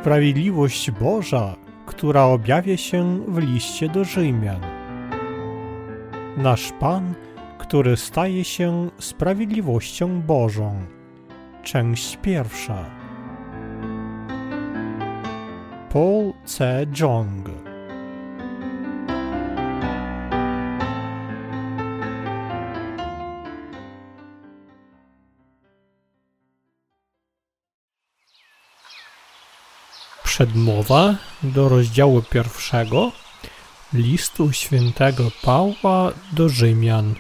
Sprawiedliwość Boża, która objawia się w liście do Rzymian. Nasz Pan, który staje się sprawiedliwością Bożą. Część pierwsza. Paul C. Jong. Przedmowa do rozdziału 1 listu świętego Pawła do Rzymian.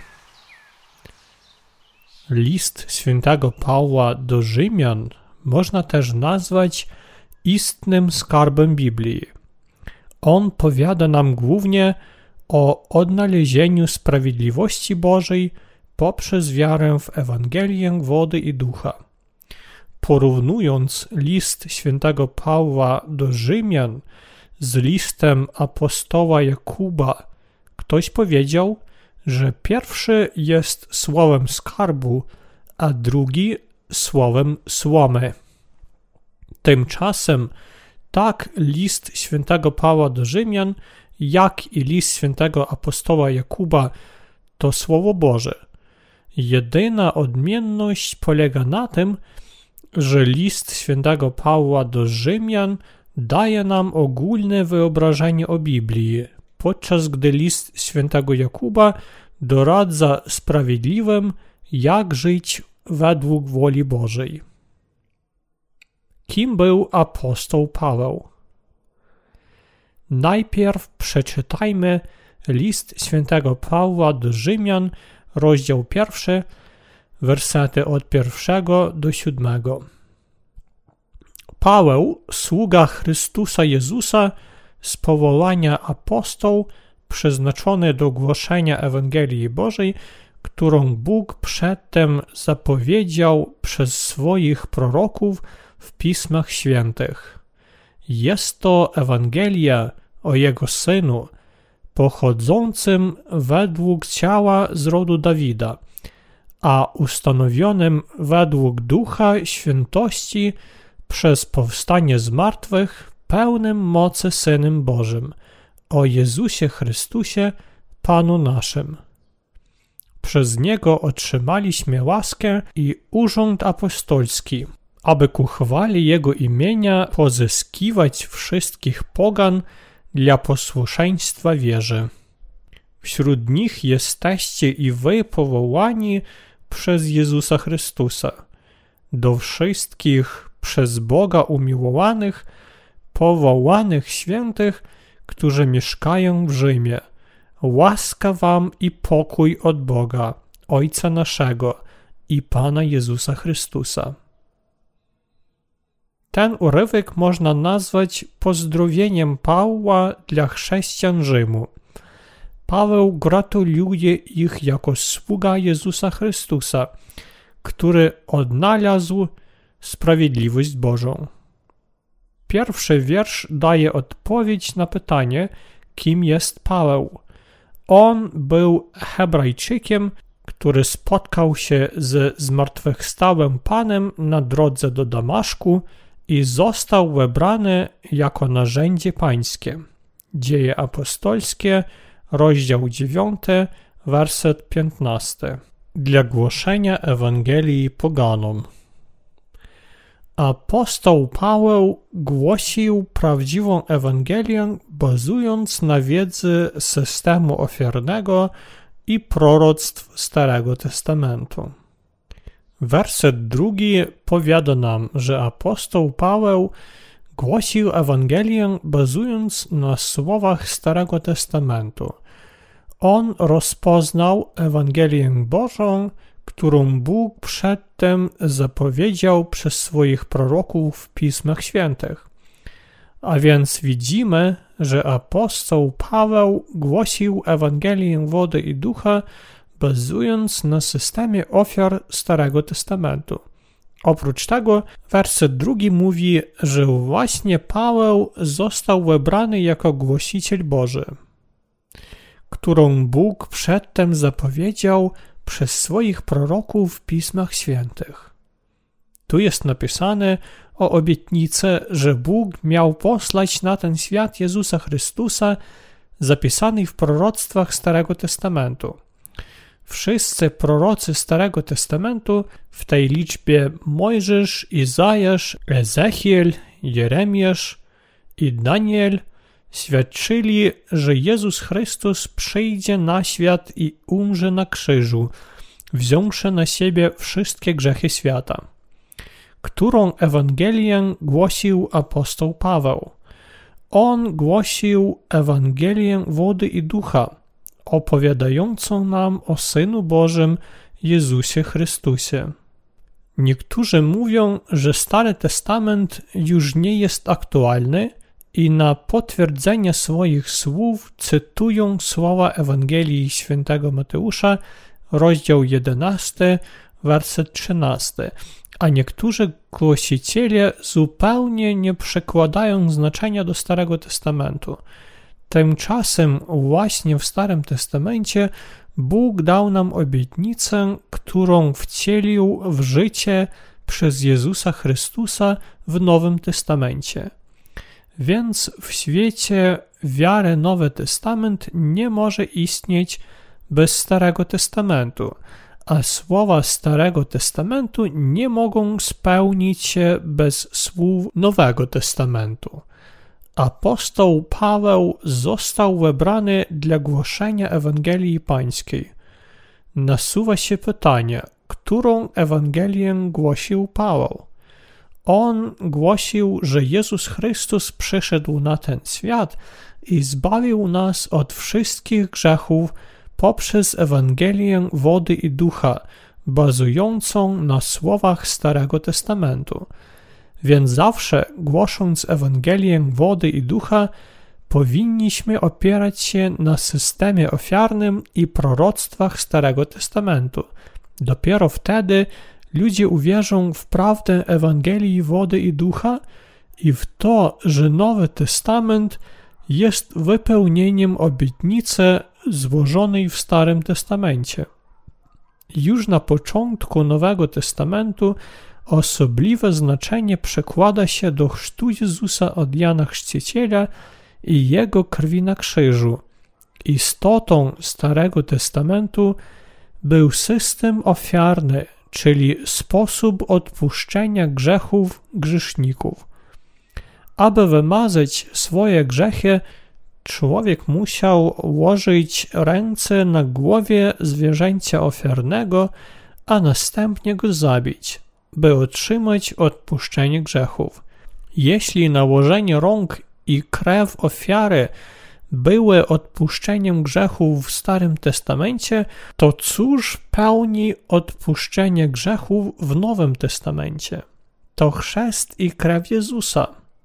List świętego Pawła do Rzymian można też nazwać istnym skarbem Biblii. On powiada nam głównie o odnalezieniu sprawiedliwości Bożej poprzez wiarę w Ewangelię wody i ducha. Porównując list świętego Pawła do Rzymian z listem apostoła Jakuba, ktoś powiedział, że pierwszy jest słowem skarbu, a drugi słowem słomy. Tymczasem tak list świętego Pawła do Rzymian, jak i list świętego apostoła Jakuba to Słowo Boże. Jedyna odmienność polega na tym, że list świętego Pawła do Rzymian daje nam ogólne wyobrażenie o Biblii, podczas gdy list świętego Jakuba doradza sprawiedliwym, jak żyć według woli Bożej. Kim był apostoł Paweł? Najpierw przeczytajmy list świętego Pawła do Rzymian, rozdział 1, wersety od 1 do 7. Paweł, sługa Chrystusa Jezusa, z powołania apostoł, przeznaczony do głoszenia Ewangelii Bożej, którą Bóg przedtem zapowiedział przez swoich proroków w Pismach Świętych. Jest to Ewangelia o Jego Synu, pochodzącym według ciała z rodu Dawida, a ustanowionym według Ducha Świętości przez powstanie z martwych, pełnym mocy Synem Bożym, o Jezusie Chrystusie, Panu naszym. Przez Niego otrzymaliśmy łaskę i urząd apostolski, aby ku chwale Jego imienia pozyskiwać wszystkich pogan dla posłuszeństwa wierze. Wśród nich jesteście i wy powołani przez Jezusa Chrystusa. Do wszystkich przez Boga umiłowanych, powołanych świętych, którzy mieszkają w Rzymie. Łaska wam i pokój od Boga, Ojca naszego i Pana Jezusa Chrystusa. Ten urywek można nazwać pozdrowieniem Pawła dla chrześcijan Rzymu. Paweł gratuluje ich jako sługa Jezusa Chrystusa, który odnalazł sprawiedliwość Bożą. Pierwszy wiersz daje odpowiedź na pytanie, kim jest Paweł. On był Hebrajczykiem, który spotkał się ze zmartwychwstałym Panem na drodze do Damaszku i został wybrany jako narzędzie pańskie. Dzieje apostolskie, rozdział 9, werset 15. Dla głoszenia Ewangelii poganom. Apostoł Paweł głosił prawdziwą Ewangelię, bazując na wiedzy systemu ofiarnego i proroctw Starego Testamentu. Werset 2 powiada nam, że apostoł Paweł głosił Ewangelię, bazując na słowach Starego Testamentu. On rozpoznał Ewangelię Bożą, którą Bóg przedtem zapowiedział przez swoich proroków w Pismach Świętych. A więc widzimy, że apostoł Paweł głosił Ewangelię wody i ducha, bazując na systemie ofiar Starego Testamentu. Oprócz tego werset 2 mówi, że właśnie Paweł został wybrany jako głosiciel Boży, którą Bóg przedtem zapowiedział przez swoich proroków w Pismach Świętych. Tu jest napisane o obietnicy, że Bóg miał posłać na ten świat Jezusa Chrystusa, zapisanej w proroctwach Starego Testamentu. Wszyscy prorocy Starego Testamentu, w tej liczbie Mojżesz, Izajasz, Ezechiel, Jeremiasz i Daniel, świadczyli, że Jezus Chrystus przyjdzie na świat i umrze na krzyżu, wziąwszy na siebie wszystkie grzechy świata. Którą Ewangelię głosił apostoł Paweł? On głosił Ewangelię wody i ducha, opowiadającą nam o Synu Bożym Jezusie Chrystusie. Niektórzy mówią, że Stary Testament już nie jest aktualny i na potwierdzenie swoich słów cytują słowa Ewangelii Świętego Mateusza, rozdział 11, werset 13, a niektórzy głosiciele zupełnie nie przekładają znaczenia do Starego Testamentu. Tymczasem właśnie w Starym Testamencie Bóg dał nam obietnicę, którą wcielił w życie przez Jezusa Chrystusa w Nowym Testamencie. Więc w świecie wiary Nowy Testament nie może istnieć bez Starego Testamentu, a słowa Starego Testamentu nie mogą spełnić się bez słów Nowego Testamentu. Apostoł Paweł został wybrany dla głoszenia Ewangelii Pańskiej. Nasuwa się pytanie, którą Ewangelię głosił Paweł? On głosił, że Jezus Chrystus przyszedł na ten świat i zbawił nas od wszystkich grzechów poprzez Ewangelię wody i ducha, bazującą na słowach Starego Testamentu. Więc zawsze, głosząc Ewangelię wody i ducha, powinniśmy opierać się na systemie ofiarnym i proroctwach Starego Testamentu. Dopiero wtedy ludzie uwierzą w prawdę Ewangelii wody i ducha i w to, że Nowy Testament jest wypełnieniem obietnicy złożonej w Starym Testamencie. Już na początku Nowego Testamentu osobliwe znaczenie przekłada się do chrztu Jezusa od Jana Chrzciciela i Jego krwi na krzyżu. Istotą Starego Testamentu był system ofiarny, czyli sposób odpuszczenia grzechów grzeszników. Aby wymazać swoje grzechy, człowiek musiał łożyć ręce na głowie zwierzęcia ofiarnego, a następnie go zabić, by otrzymać odpuszczenie grzechów. Jeśli nałożenie rąk i krew ofiary były odpuszczeniem grzechów w Starym Testamencie, to cóż pełni odpuszczenie grzechów w Nowym Testamencie? To chrzest i krew Jezusa.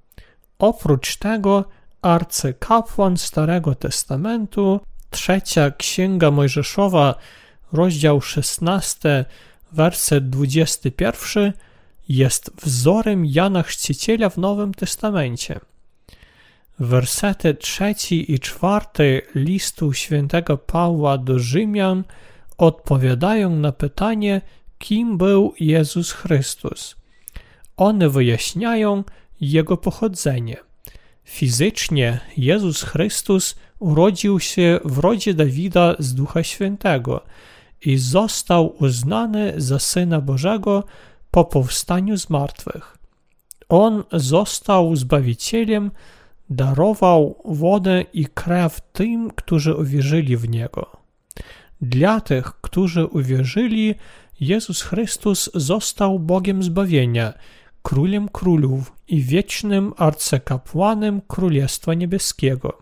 Oprócz tego arcykapłan Starego Testamentu, 3 Księga Mojżeszowa, rozdział 16, werset 21, jest wzorem Jana Chrzciciela w Nowym Testamencie. Wersety 3 i 4 listu świętego Pawła do Rzymian odpowiadają na pytanie, kim był Jezus Chrystus. One wyjaśniają Jego pochodzenie. Fizycznie Jezus Chrystus urodził się w rodzie Dawida z Ducha Świętego i został uznany za Syna Bożego po powstaniu z martwych. On został Zbawicielem, darował wodę i krew tym, którzy uwierzyli w Niego. Dla tych, którzy uwierzyli, Jezus Chrystus został Bogiem zbawienia, Królem Królów i wiecznym arcykapłanem Królestwa Niebieskiego.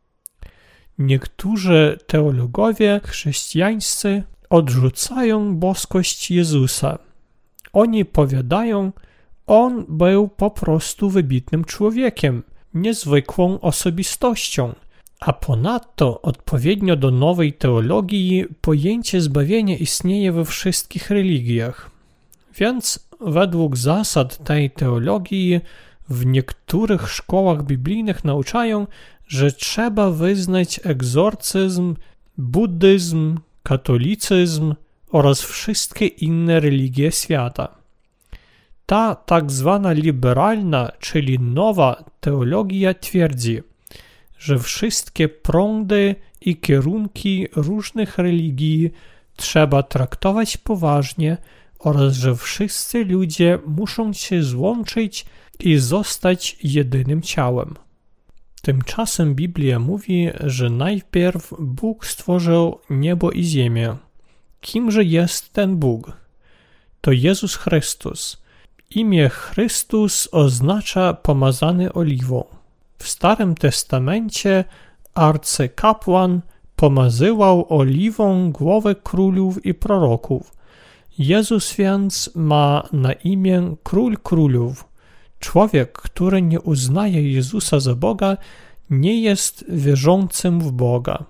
Niektórzy teologowie chrześcijańscy odrzucają boskość Jezusa. Oni powiadają, On był po prostu wybitnym człowiekiem, niezwykłą osobistością, a ponadto odpowiednio do nowej teologii pojęcie zbawienia istnieje we wszystkich religiach. Więc według zasad tej teologii w niektórych szkołach biblijnych nauczają, że trzeba wyznać egzorcyzm, buddyzm, katolicyzm oraz wszystkie inne religie świata. Ta tak zwana liberalna, czyli nowa teologia twierdzi, że wszystkie prądy i kierunki różnych religii trzeba traktować poważnie oraz że wszyscy ludzie muszą się złączyć i zostać jedynym ciałem. Tymczasem Biblia mówi, że najpierw Bóg stworzył niebo i ziemię. Kimże jest ten Bóg? To Jezus Chrystus. Imię Chrystus oznacza pomazany oliwą. W Starym Testamencie arcykapłan pomazywał oliwą głowy królów i proroków. Jezus więc ma na imię Król Królów. Człowiek, który nie uznaje Jezusa za Boga, nie jest wierzącym w Boga.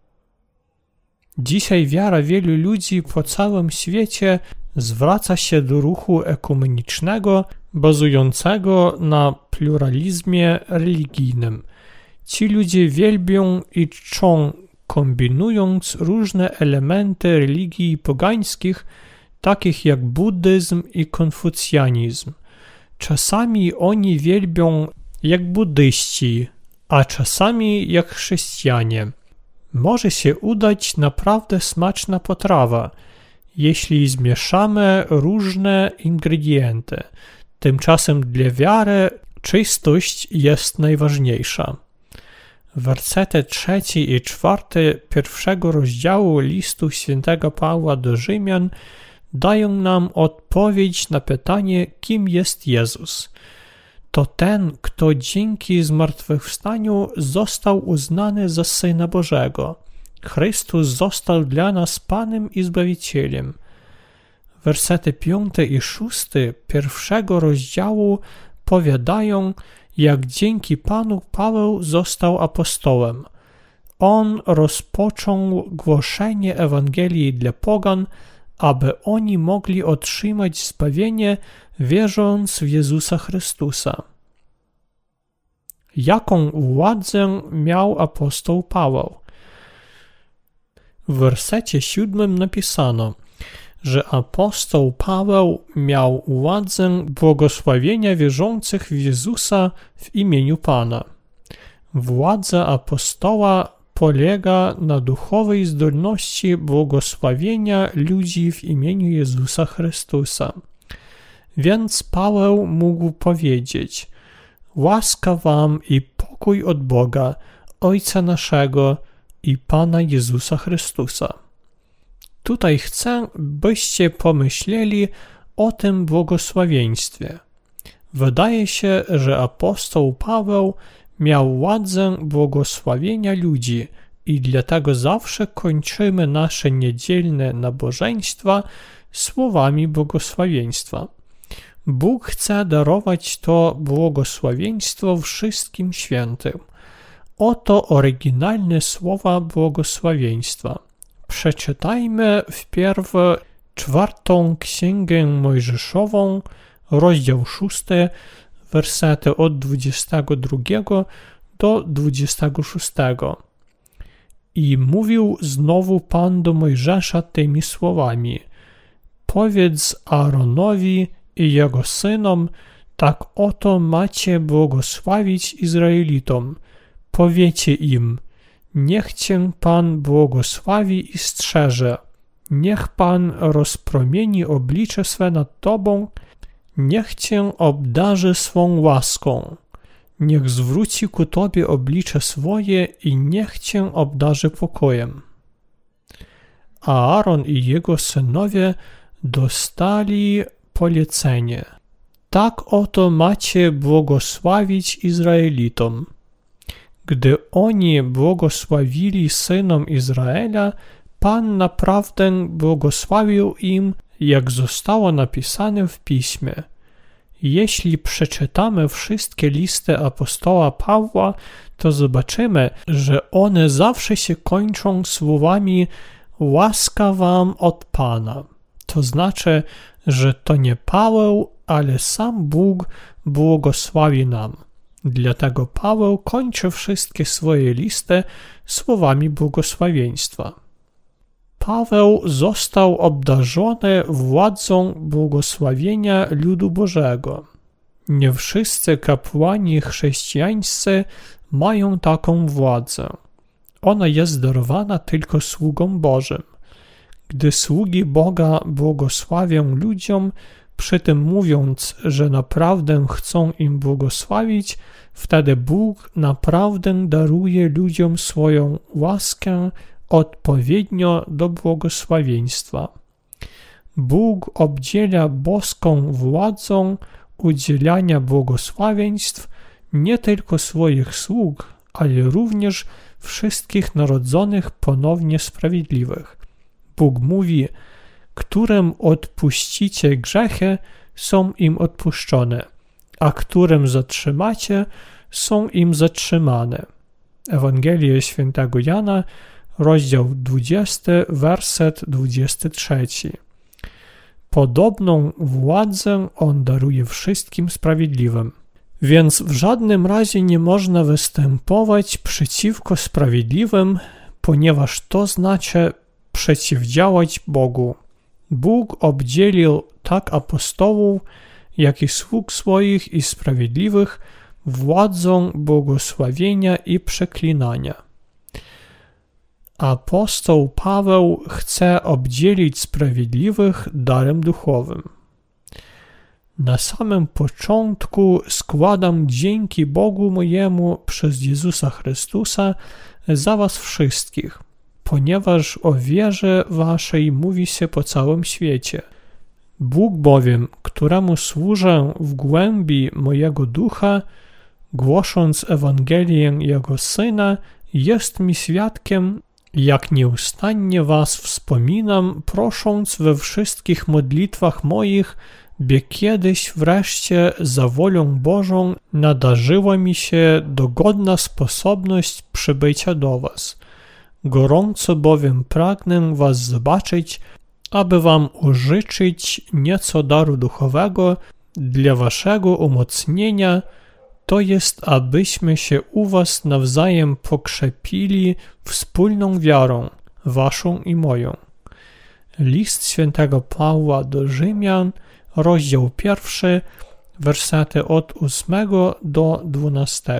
Dzisiaj wiara wielu ludzi po całym świecie zwraca się do ruchu ekumenicznego, bazującego na pluralizmie religijnym. Ci ludzie wielbią i czczą, kombinując różne elementy religii pogańskich, takich jak buddyzm i konfucjanizm. Czasami oni wielbią jak buddyści, a czasami jak chrześcijanie. Może się udać naprawdę smaczna potrawa, jeśli zmieszamy różne ingredienty. Tymczasem dla wiary czystość jest najważniejsza. Wersety 3 i 4 pierwszego rozdziału listu świętego Pawła do Rzymian dają nam odpowiedź na pytanie, kim jest Jezus. To ten, kto dzięki zmartwychwstaniu został uznany za Syna Bożego. Chrystus został dla nas Panem i Zbawicielem. Wersety 5 i 6 pierwszego rozdziału powiadają, jak dzięki Panu Paweł został apostołem. On rozpoczął głoszenie Ewangelii dla pogan, aby oni mogli otrzymać zbawienie, wierząc w Jezusa Chrystusa. Jaką władzę miał apostoł Paweł? W wersecie 7 napisano, że apostoł Paweł miał władzę błogosławienia wierzących w Jezusa w imieniu Pana. Władza apostoła polega na duchowej zdolności błogosławienia ludzi w imieniu Jezusa Chrystusa. Więc Paweł mógł powiedzieć: łaska wam i pokój od Boga, Ojca naszego i Pana Jezusa Chrystusa. Tutaj chcę, byście pomyśleli o tym błogosławieństwie. Wydaje się, że apostoł Paweł miał władzę błogosławienia ludzi i dlatego zawsze kończymy nasze niedzielne nabożeństwa słowami błogosławieństwa. Bóg chce darować to błogosławieństwo wszystkim świętym. Oto oryginalne słowa błogosławieństwa. Przeczytajmy wpierw 4 Księgę Mojżeszową, rozdział 6, wersety od 22 do 26. I mówił znowu Pan do Mojżesza tymi słowami: powiedz Aaronowi i jego synom, tak oto macie błogosławić Izraelitom. Powiecie im: niech Cię Pan błogosławi i strzeże. Niech Pan rozpromieni oblicze swe nad Tobą. Niech Cię obdarzy swą łaską. Niech zwróci ku Tobie oblicze swoje i niech Cię obdarzy pokojem. A Aaron i jego synowie dostali polecenie: tak oto macie błogosławić Izraelitom. Gdy oni błogosławili synom Izraela, Pan naprawdę błogosławił im, jak zostało napisane w Piśmie. Jeśli przeczytamy wszystkie listy apostoła Pawła, to zobaczymy, że one zawsze się kończą słowami: łaska wam od Pana. To znaczy, że to nie Paweł, ale sam Bóg błogosławi nam. Dlatego Paweł kończy wszystkie swoje listy słowami błogosławieństwa. Paweł został obdarzony władzą błogosławienia ludu Bożego. Nie wszyscy kapłani chrześcijańscy mają taką władzę. Ona jest darowana tylko sługom Bożym. Gdy sługi Boga błogosławią ludziom, przy tym mówiąc, że naprawdę chcą im błogosławić, wtedy Bóg naprawdę daruje ludziom swoją łaskę odpowiednio do błogosławieństwa. Bóg obdziela boską władzą udzielania błogosławieństw nie tylko swoich sług, ale również wszystkich narodzonych ponownie sprawiedliwych. Bóg mówi, którym odpuścicie grzechy, są im odpuszczone, a którym zatrzymacie, są im zatrzymane. Ewangelia Świętego Jana, rozdział 20, werset 23. Podobną władzę On daruje wszystkim sprawiedliwym. Więc w żadnym razie nie można występować przeciwko sprawiedliwym, ponieważ to znaczy przeciwdziałać Bogu. Bóg obdzielił tak apostołów, jak i sług swoich i sprawiedliwych władzą błogosławienia i przeklinania. Apostoł Paweł chce obdzielić sprawiedliwych darem duchowym. Na samym początku składam dzięki Bogu mojemu przez Jezusa Chrystusa za was wszystkich, ponieważ o wierze waszej mówi się po całym świecie. Bóg bowiem, któremu służę w głębi mojego ducha, głosząc Ewangelię Jego Syna, jest mi świadkiem, jak nieustannie was wspominam, prosząc we wszystkich modlitwach moich, by kiedyś wreszcie za wolą Bożą nadarzyła mi się dogodna sposobność przybycia do was. Gorąco bowiem pragnę was zobaczyć, aby wam użyczyć nieco daru duchowego dla waszego umocnienia, to jest, abyśmy się u was nawzajem pokrzepili wspólną wiarą, waszą i moją. List świętego Pawła do Rzymian, rozdział 1, wersety od 8 do 12.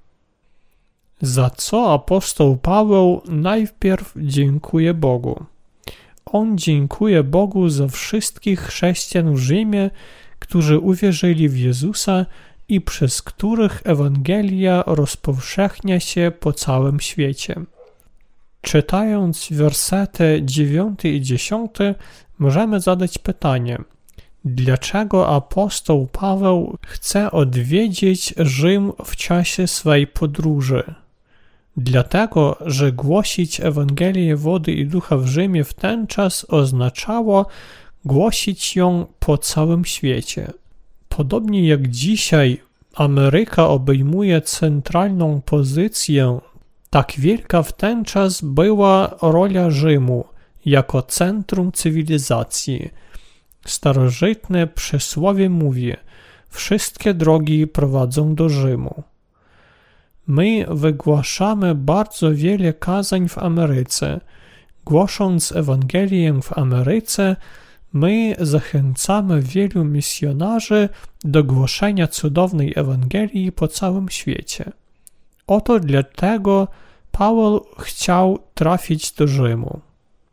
Za co apostoł Paweł najpierw dziękuje Bogu. On dziękuje Bogu za wszystkich chrześcijan w Rzymie, którzy uwierzyli w Jezusa i przez których Ewangelia rozpowszechnia się po całym świecie. Czytając wersety 9 i 10, możemy zadać pytanie, dlaczego apostoł Paweł chce odwiedzić Rzym w czasie swej podróży? Dlatego, że głosić Ewangelię wody i ducha w Rzymie w ten czas oznaczało głosić ją po całym świecie. Podobnie jak dzisiaj Ameryka obejmuje centralną pozycję, tak wielka w ten czas była rola Rzymu jako centrum cywilizacji. Starożytne przysłowie mówi: wszystkie drogi prowadzą do Rzymu. My wygłaszamy bardzo wiele kazań w Ameryce. Głosząc Ewangelię w Ameryce, my zachęcamy wielu misjonarzy do głoszenia cudownej Ewangelii po całym świecie. Oto dlatego Paweł chciał trafić do Rzymu.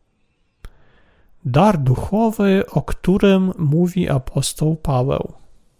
Dar duchowy, o którym mówi apostoł Paweł.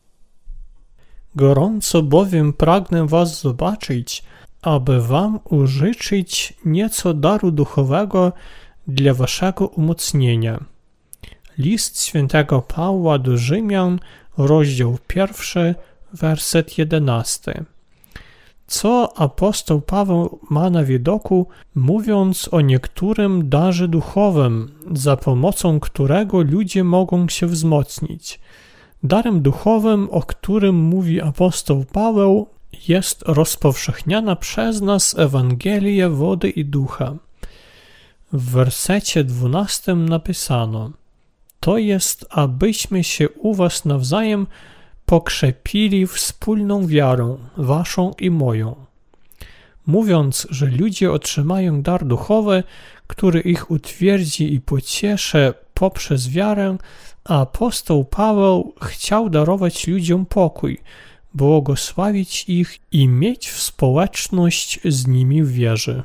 Gorąco bowiem pragnę was zobaczyć, aby wam użyczyć nieco daru duchowego dla waszego umocnienia. List świętego Pawła do Rzymian, rozdział 1, werset 11. Co apostoł Paweł ma na widoku, mówiąc o niektórym darze duchowym, za pomocą którego ludzie mogą się wzmocnić? Darem duchowym, o którym mówi apostoł Paweł, jest rozpowszechniana przez nas Ewangelia wody i ducha. W wersecie 12 napisano: to jest, abyśmy się u was nawzajem pokrzepili wspólną wiarą, waszą i moją. mówiąc, że ludzie otrzymają dar duchowy, który ich utwierdzi i pocieszy poprzez wiarę, a apostoł Paweł chciał darować ludziom pokój, błogosławić ich i mieć społeczność z nimi w wierze.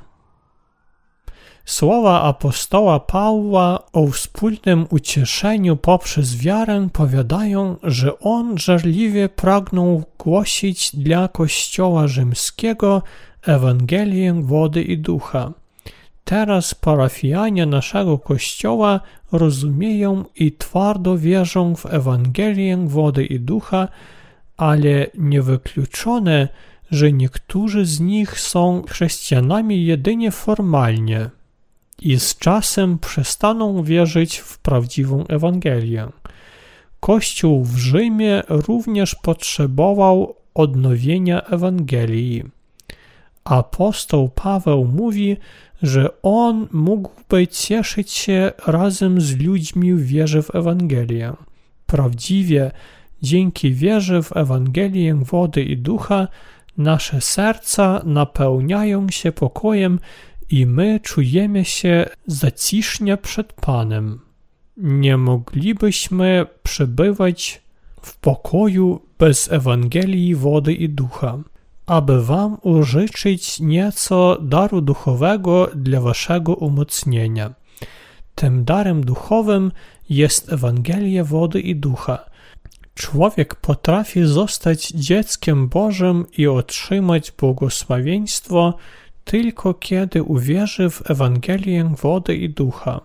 Słowa apostoła Pawła o wspólnym ucieszeniu poprzez wiarę powiadają, że on żarliwie pragnął głosić dla Kościoła rzymskiego Ewangelię wody i ducha. Teraz parafianie naszego Kościoła rozumieją i twardo wierzą w Ewangelię wody i ducha, ale niewykluczone, że niektórzy z nich są chrześcijanami jedynie formalnie i z czasem przestaną wierzyć w prawdziwą Ewangelię. Kościół w Rzymie również potrzebował odnowienia Ewangelii. Apostoł Paweł mówi, że on mógłby cieszyć się razem z ludźmi w wierze w Ewangelię. Prawdziwie, dzięki wierze w Ewangelię wody i ducha, nasze serca napełniają się pokojem i my czujemy się zacisznie przed Panem. Nie moglibyśmy przebywać w pokoju bez Ewangelii wody i ducha. Aby wam użyczyć nieco daru duchowego dla waszego umocnienia. Tym darem duchowym jest Ewangelia wody i ducha. Człowiek potrafi zostać dzieckiem Bożym i otrzymać błogosławieństwo tylko kiedy uwierzy w Ewangelię wody i ducha.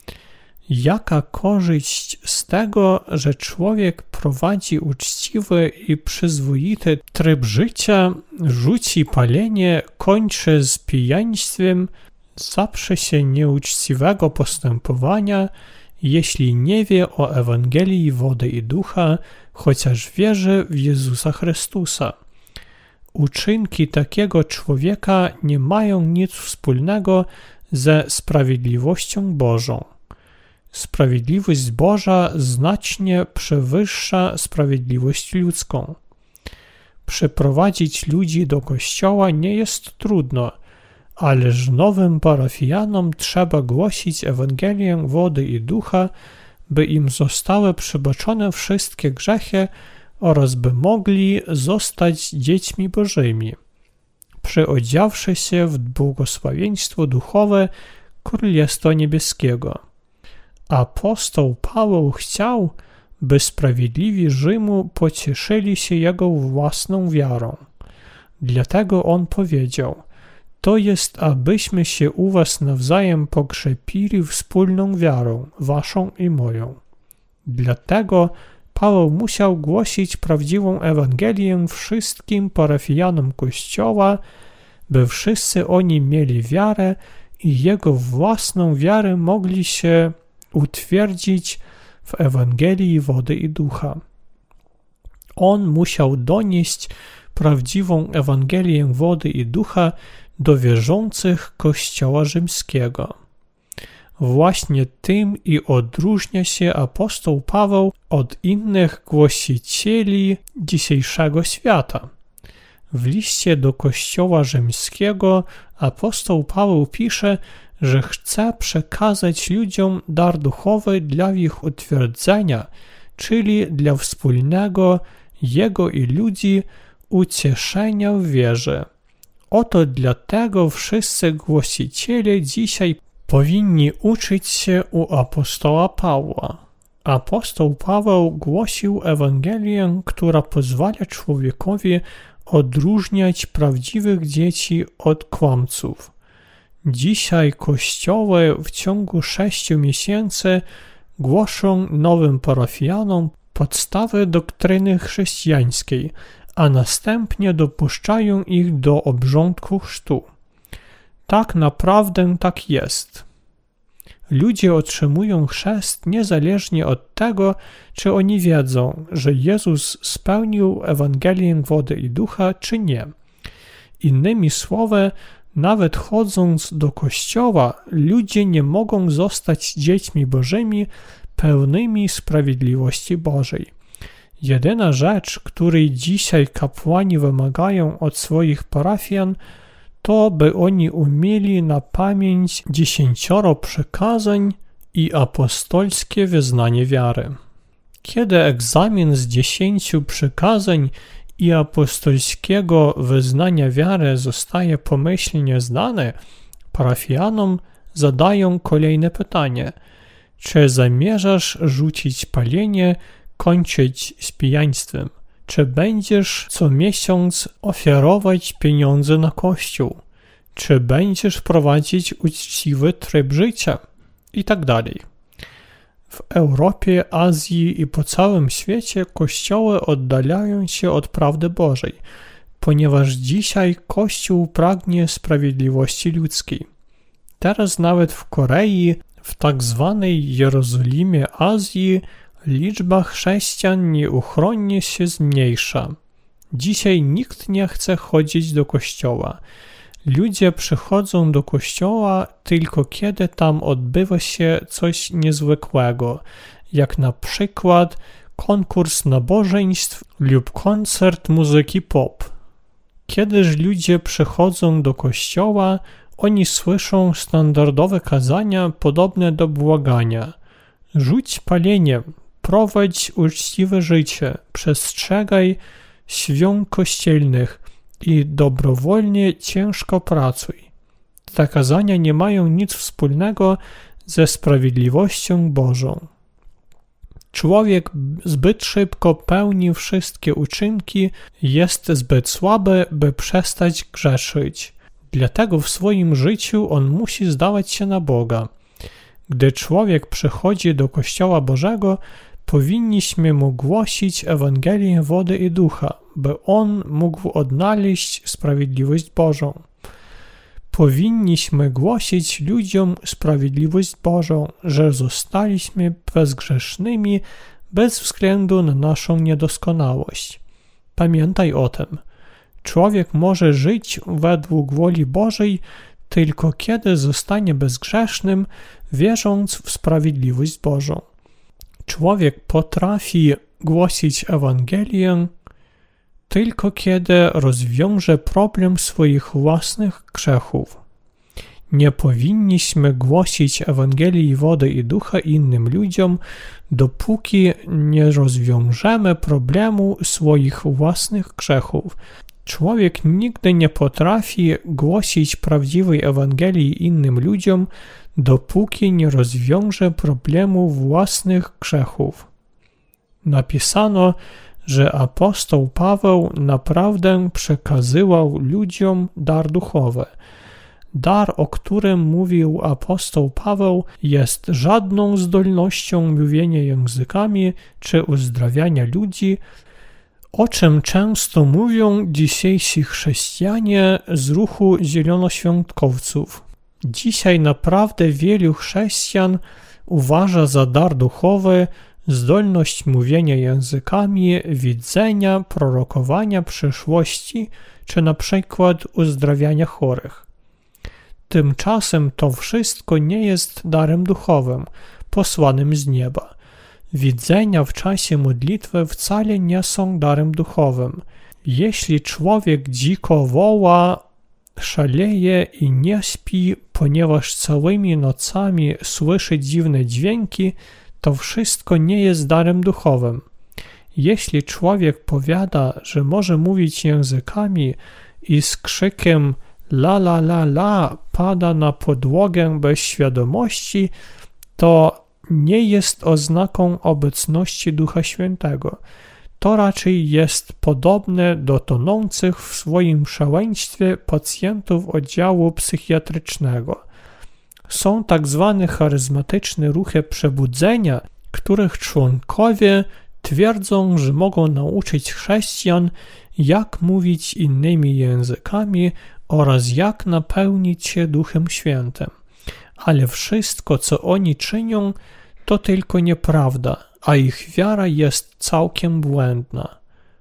Jaka korzyść z tego, że człowiek prowadzi uczciwy i przyzwoity tryb życia, rzuci palenie, kończy z pijaństwem, zaprze się nieuczciwego postępowania, jeśli nie wie o Ewangelii wody i ducha, chociaż wierzy w Jezusa Chrystusa. Uczynki takiego człowieka nie mają nic wspólnego ze sprawiedliwością Bożą. Sprawiedliwość Boża znacznie przewyższa sprawiedliwość ludzką. Przyprowadzić ludzi do kościoła nie jest trudno, ależ nowym parafianom trzeba głosić Ewangelię wody i ducha, by im zostały przebaczone wszystkie grzechy oraz by mogli zostać dziećmi Bożymi, przyodziawszy się w błogosławieństwo duchowe Królestwa Niebieskiego. Apostoł Paweł chciał, by sprawiedliwi Rzymu pocieszyli się jego własną wiarą. Dlatego on powiedział: to jest, abyśmy się u was nawzajem pokrzepili wspólną wiarą, waszą i moją. Dlatego Paweł musiał głosić prawdziwą Ewangelię wszystkim parafianom Kościoła, by wszyscy oni mieli wiarę i jego własną wiarę mogli się utwierdzić w Ewangelii wody i ducha. On musiał donieść prawdziwą Ewangelię wody i ducha do wierzących Kościoła rzymskiego. Właśnie tym i odróżnia się apostoł Paweł od innych głosicieli dzisiejszego świata. W liście do Kościoła rzymskiego apostoł Paweł pisze, że chce przekazać ludziom dar duchowy dla ich utwierdzenia, czyli dla wspólnego jego i ludzi ucieszenia w wierze. Oto dlatego wszyscy głosiciele dzisiaj powinni uczyć się u apostoła Pawła. Apostoł Paweł głosił Ewangelię, która pozwala człowiekowi odróżniać prawdziwych dzieci od kłamców. Dzisiaj kościoły w ciągu 6 miesięcy głoszą nowym parafianom podstawy doktryny chrześcijańskiej, a następnie dopuszczają ich do obrządku chrztu. Tak naprawdę tak jest. Ludzie otrzymują chrzest niezależnie od tego, czy oni wiedzą, że Jezus spełnił Ewangelię wody i ducha, czy nie. Innymi słowy, nawet chodząc do kościoła, ludzie nie mogą zostać dziećmi Bożymi, pełnymi sprawiedliwości Bożej. Jedyna rzecz, której dzisiaj kapłani wymagają od swoich parafian, to by oni umieli na pamięć 10 przykazań i apostolskie wyznanie wiary. Kiedy egzamin z 10 przykazań i apostolskiego wyznania wiary zostaje pomyślnie zdany, parafianom zadają kolejne pytanie: czy zamierzasz rzucić palenie, kończyć z pijaństwem? Czy będziesz co miesiąc ofiarować pieniądze na kościół? Czy będziesz prowadzić uczciwy tryb życia? I tak dalej. W Europie, Azji i po całym świecie kościoły oddalają się od prawdy Bożej, ponieważ dzisiaj Kościół pragnie sprawiedliwości ludzkiej. Teraz nawet w Korei, w tak zwanej Jerozolimie Azji, liczba chrześcijan nieuchronnie się zmniejsza. Dzisiaj nikt nie chce chodzić do kościoła. Ludzie przychodzą do kościoła tylko kiedy tam odbywa się coś niezwykłego, jak na przykład konkurs nabożeństw lub koncert muzyki pop. Kiedyż ludzie przychodzą do kościoła, oni słyszą standardowe kazania podobne do błagania: rzuć palenie, prowadź uczciwe życie, przestrzegaj świąt kościelnych i dobrowolnie ciężko pracuj. Te kazania nie mają nic wspólnego ze sprawiedliwością Bożą. Człowiek zbyt szybko pełni wszystkie uczynki, jest zbyt słaby, by przestać grzeszyć. Dlatego w swoim życiu on musi zdawać się na Boga. Gdy człowiek przychodzi do Kościoła Bożego, powinniśmy mu głosić Ewangelię wody i ducha, by on mógł odnaleźć sprawiedliwość Bożą. Powinniśmy głosić ludziom sprawiedliwość Bożą, że zostaliśmy bezgrzesznymi bez względu na naszą niedoskonałość. Pamiętaj o tym. Człowiek może żyć według woli Bożej tylko kiedy zostanie bezgrzesznym, wierząc w sprawiedliwość Bożą. Człowiek potrafi głosić Ewangelię tylko kiedy rozwiąże problem swoich własnych grzechów. Nie powinniśmy głosić Ewangelii wody i ducha innym ludziom, dopóki nie rozwiążemy problemu swoich własnych grzechów. Człowiek nigdy nie potrafi głosić prawdziwej Ewangelii innym ludziom, dopóki nie rozwiąże problemu własnych grzechów. Napisano, że apostoł Paweł naprawdę przekazywał ludziom dar duchowy. Dar, o którym mówił apostoł Paweł, jest żadną zdolnością mówienia językami czy uzdrawiania ludzi, o czym często mówią dzisiejsi chrześcijanie z ruchu zielonoświątkowców. Dzisiaj naprawdę wielu chrześcijan uważa za dar duchowy zdolność mówienia językami, widzenia, prorokowania przyszłości, czy na przykład uzdrawiania chorych. Tymczasem to wszystko nie jest darem duchowym, posłanym z nieba. Widzenia w czasie modlitwy wcale nie są darem duchowym. Jeśli człowiek dziko woła, szaleje i nie śpi, ponieważ całymi nocami słyszy dziwne dźwięki, to wszystko nie jest darem duchowym. Jeśli człowiek powiada, że może mówić językami i z krzykiem la la la la pada na podłogę bez świadomości, to nie jest oznaką obecności Ducha Świętego. To raczej jest podobne do tonących w swoim szaleństwie pacjentów oddziału psychiatrycznego. Są tak zwane charyzmatyczne ruchy przebudzenia, których członkowie twierdzą, że mogą nauczyć chrześcijan, jak mówić innymi językami oraz jak napełnić się Duchem Świętym. Ale wszystko, co oni czynią, to tylko nieprawda, a ich wiara jest całkiem błędna.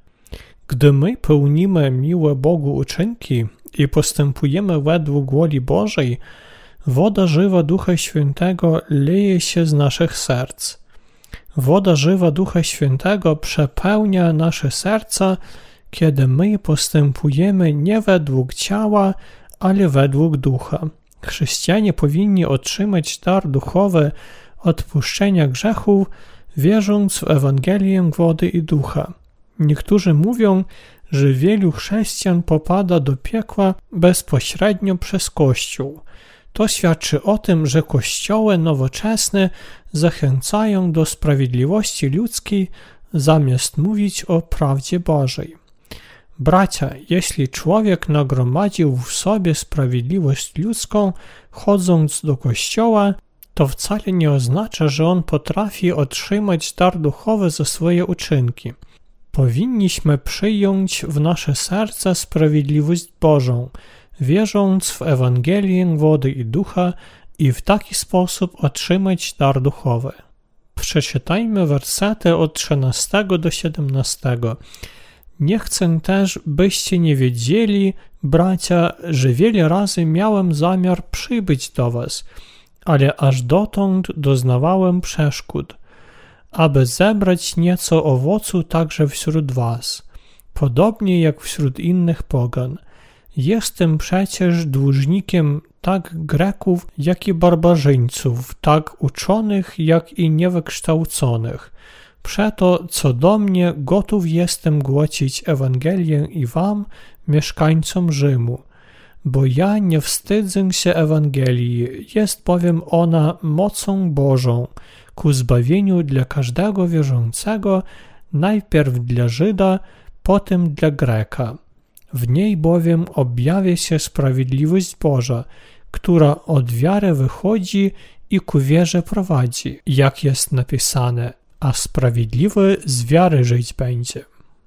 Gdy my pełnimy miłe Bogu uczynki i postępujemy według woli Bożej, woda żywa Ducha Świętego leje się z naszych serc. Woda żywa Ducha Świętego przepełnia nasze serca, kiedy my postępujemy nie według ciała, ale według ducha. Chrześcijanie powinni otrzymać dar duchowy odpuszczenia grzechów, wierząc w Ewangelię wody i ducha. Niektórzy mówią, że wielu chrześcijan popada do piekła bezpośrednio przez Kościół. To świadczy o tym, że kościoły nowoczesne zachęcają do sprawiedliwości ludzkiej, zamiast mówić o prawdzie Bożej. Bracia, jeśli człowiek nagromadził w sobie sprawiedliwość ludzką, chodząc do kościoła, to wcale nie oznacza, że on potrafi otrzymać dar duchowy za swoje uczynki. Powinniśmy przyjąć w nasze serca sprawiedliwość Bożą, wierząc w Ewangelię wody i ducha i w taki sposób otrzymać dar duchowy. Przeczytajmy wersety od 13 do 17. Nie chcę też, byście nie wiedzieli, bracia, że wiele razy miałem zamiar przybyć do was, ale aż dotąd doznawałem przeszkód, aby zebrać nieco owocu także wśród was, podobnie jak wśród innych pogan. Jestem przecież dłużnikiem tak Greków, jak i barbarzyńców, tak uczonych, jak i niewykształconych. Przeto, co do mnie, gotów jestem głosić Ewangelię i wam, mieszkańcom Rzymu, bo ja nie wstydzę się Ewangelii, jest bowiem ona mocą Bożą, ku zbawieniu dla każdego wierzącego, najpierw dla Żyda, potem dla Greka. W niej bowiem objawia się sprawiedliwość Boża, która od wiary wychodzi i ku wierze prowadzi, jak jest napisane, a sprawiedliwy z wiary żyć będzie.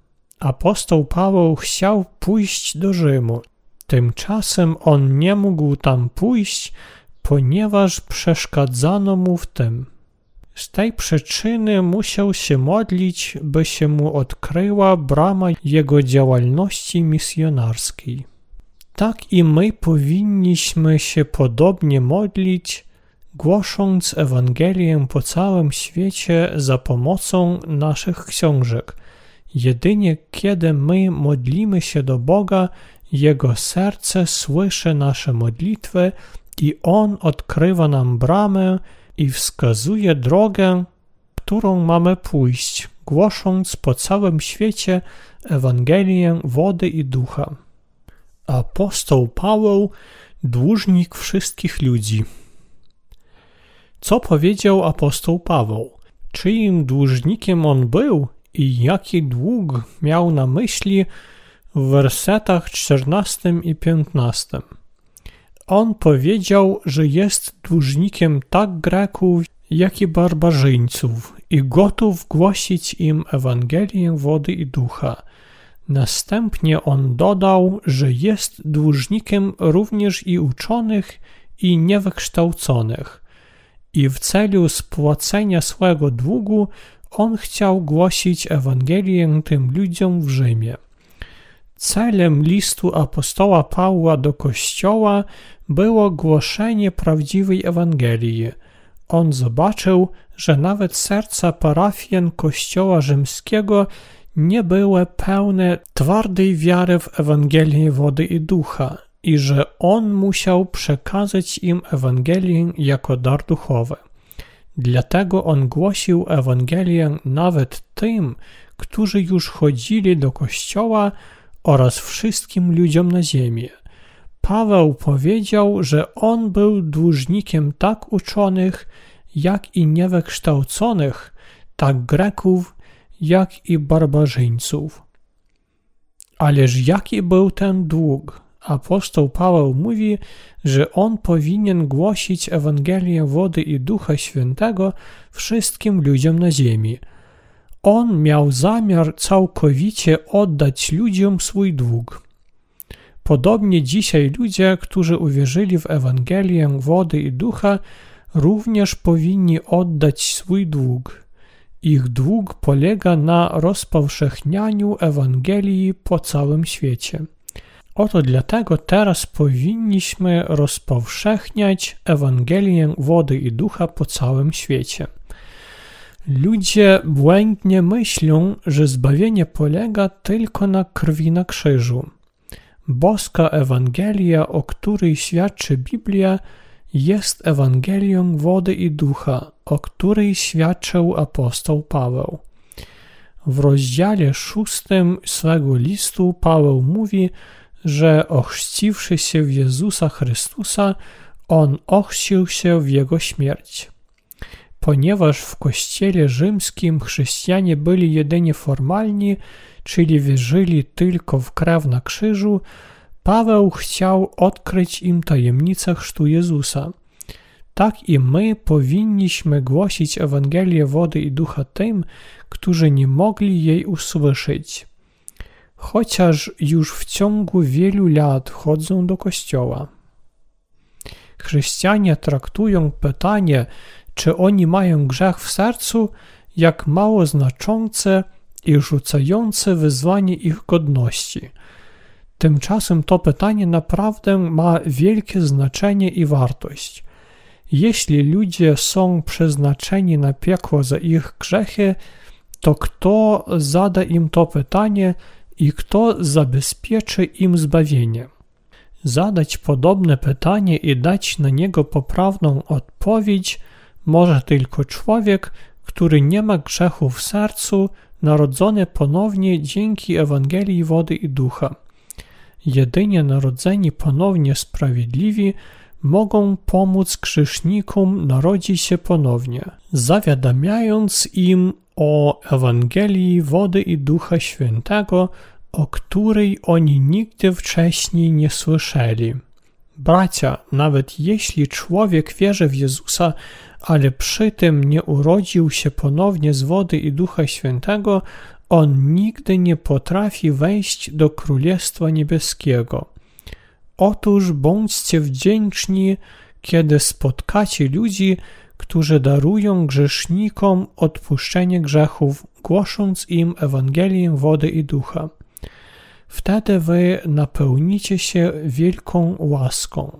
Apostoł Paweł chciał pójść do Rzymu. Tymczasem on nie mógł tam pójść, ponieważ przeszkadzano mu w tym. Z tej przyczyny musiał się modlić, by się mu odkryła brama jego działalności misjonarskiej. Tak i my powinniśmy się podobnie modlić, głosząc Ewangelię po całym świecie za pomocą naszych książek. Jedynie kiedy my modlimy się do Boga, Jego serce słyszy nasze modlitwy i On odkrywa nam bramę i wskazuje drogę, którą mamy pójść, głosząc po całym świecie Ewangelię wody i ducha. Apostoł Paweł, dłużnik wszystkich ludzi. Co powiedział apostoł Paweł? Czyim dłużnikiem on był i jaki dług miał na myśli w wersetach 14 i 15? On powiedział, że jest dłużnikiem tak Greków, jak i barbarzyńców i gotów głosić im Ewangelię wody i ducha. Następnie on dodał, że jest dłużnikiem również i uczonych i niewykształconych. I w celu spłacenia swego długu on chciał głosić Ewangelię tym ludziom w Rzymie. Celem listu apostoła Pawła do Kościoła było głoszenie prawdziwej Ewangelii. On zobaczył, że nawet serca parafian Kościoła rzymskiego nie były pełne twardej wiary w Ewangelię wody i ducha i że on musiał przekazać im Ewangelię jako dar duchowy. Dlatego on głosił Ewangelię nawet tym, którzy już chodzili do Kościoła oraz wszystkim ludziom na ziemi. Paweł powiedział, że on był dłużnikiem tak uczonych, jak i niewykształconych, tak Greków, jak i barbarzyńców. Ależ jaki był ten dług? Apostoł Paweł mówi, że on powinien głosić Ewangelię wody i Ducha Świętego wszystkim ludziom na ziemi. On miał zamiar całkowicie oddać ludziom swój dług. Podobnie dzisiaj ludzie, którzy uwierzyli w Ewangelię wody i Ducha, również powinni oddać swój dług. Ich dług polega na rozpowszechnianiu Ewangelii po całym świecie. Oto dlatego teraz powinniśmy rozpowszechniać Ewangelię wody i ducha po całym świecie. Ludzie błędnie myślą, że zbawienie polega tylko na krwi na krzyżu. Boska Ewangelia, o której świadczy Biblia, jest Ewangelią wody i ducha, o której świadczył apostoł Paweł. W rozdziale 6 swego listu Paweł mówi, że ochrzciwszy się w Jezusa Chrystusa, on ochrzcił się w Jego śmierć. Ponieważ w Kościele rzymskim chrześcijanie byli jedynie formalni, czyli wierzyli tylko w krew na krzyżu, Paweł chciał odkryć im tajemnicę chrztu Jezusa. Tak i my powinniśmy głosić Ewangelię wody i ducha tym, którzy nie mogli jej usłyszeć. Chociaż już w ciągu wielu lat chodzą do kościoła. Chrześcijanie traktują pytanie, czy oni mają grzech w sercu, jak mało znaczące i rzucające wyzwanie ich godności. Tymczasem to pytanie naprawdę ma wielkie znaczenie i wartość. Jeśli ludzie są przeznaczeni na piekło za ich grzechy, to kto zada im to pytanie i kto zabezpieczy im zbawienie? Zadać podobne pytanie i dać na niego poprawną odpowiedź może tylko człowiek, który nie ma grzechu w sercu, narodzony ponownie dzięki Ewangelii wody i ducha. Jedynie narodzeni ponownie sprawiedliwi mogą pomóc grzesznikom narodzić się ponownie, zawiadamiając im o Ewangelii wody i Ducha Świętego, o której oni nigdy wcześniej nie słyszeli. Bracia, nawet jeśli człowiek wierzy w Jezusa, ale przy tym nie urodził się ponownie z wody i Ducha Świętego, on nigdy nie potrafi wejść do Królestwa Niebieskiego. Otóż bądźcie wdzięczni, kiedy spotkacie ludzi, którzy darują grzesznikom odpuszczenie grzechów, głosząc im Ewangelię wody i ducha. Wtedy wy napełnicie się wielką łaską.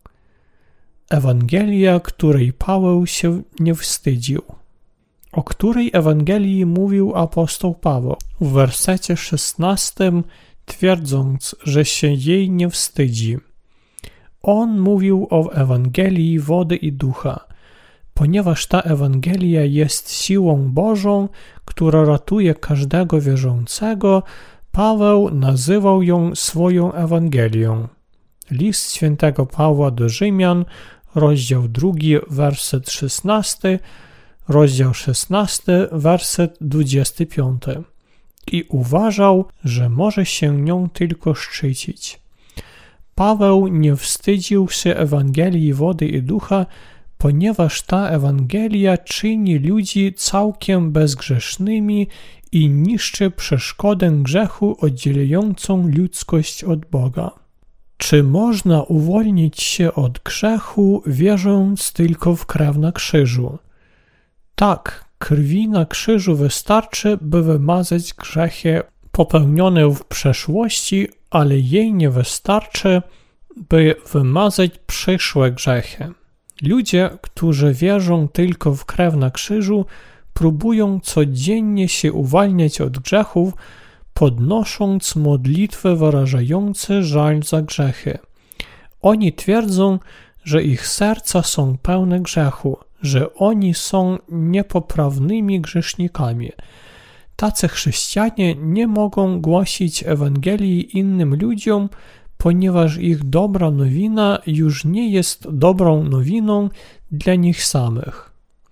Ewangelia, której Paweł się nie wstydził. O której Ewangelii mówił apostoł Paweł? W wersecie 16 twierdząc, że się jej nie wstydzi. On mówił o Ewangelii wody i ducha, ponieważ ta Ewangelia jest siłą Bożą, która ratuje każdego wierzącego, Paweł nazywał ją swoją Ewangelią. List świętego Pawła do Rzymian, rozdział 2, werset 16, rozdział 16, werset 25. I uważał, że może się nią tylko szczycić. Paweł nie wstydził się Ewangelii wody i ducha, ponieważ ta Ewangelia czyni ludzi całkiem bezgrzesznymi i niszczy przeszkodę grzechu oddzielającą ludzkość od Boga. Czy można uwolnić się od grzechu, wierząc tylko w krew na krzyżu? Tak, krwi na krzyżu wystarczy, by wymazać grzechy popełnione w przeszłości, ale jej nie wystarczy, by wymazać przyszłe grzechy. Ludzie, którzy wierzą tylko w krew na krzyżu, próbują codziennie się uwalniać od grzechów, podnosząc modlitwy wyrażające żal za grzechy. Oni twierdzą, że ich serca są pełne grzechu, że oni są niepoprawnymi grzesznikami. Tacy chrześcijanie nie mogą głosić Ewangelii innym ludziom, ponieważ ich dobra nowina już nie jest dobrą nowiną dla nich samych.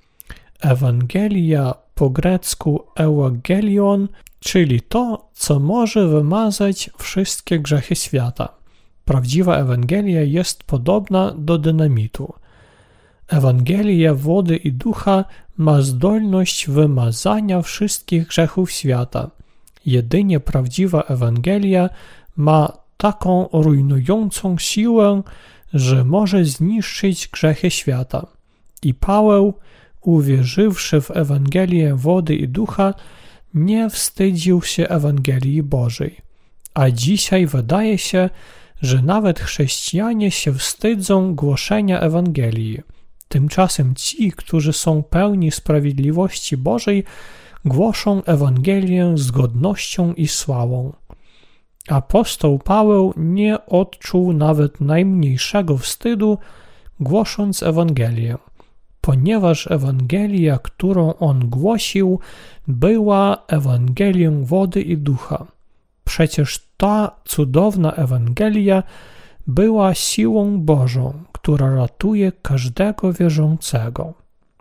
Ewangelia po grecku euangelion, czyli to, co może wymazać wszystkie grzechy świata. Prawdziwa Ewangelia jest podobna do dynamitu. Ewangelia wody i ducha ma zdolność wymazania wszystkich grzechów świata. Jedynie prawdziwa Ewangelia ma taką rujnującą siłę, że może zniszczyć grzechy świata. I Paweł, uwierzywszy w Ewangelię wody i ducha, nie wstydził się Ewangelii Bożej. A dzisiaj wydaje się, że nawet chrześcijanie się wstydzą głoszenia Ewangelii. Tymczasem ci, którzy są pełni sprawiedliwości Bożej, głoszą Ewangelię z godnością i sławą. Apostoł Paweł nie odczuł nawet najmniejszego wstydu, głosząc Ewangelię, ponieważ Ewangelia, którą on głosił, była Ewangelią wody i ducha. Przecież ta cudowna Ewangelia była siłą Bożą, która ratuje każdego wierzącego.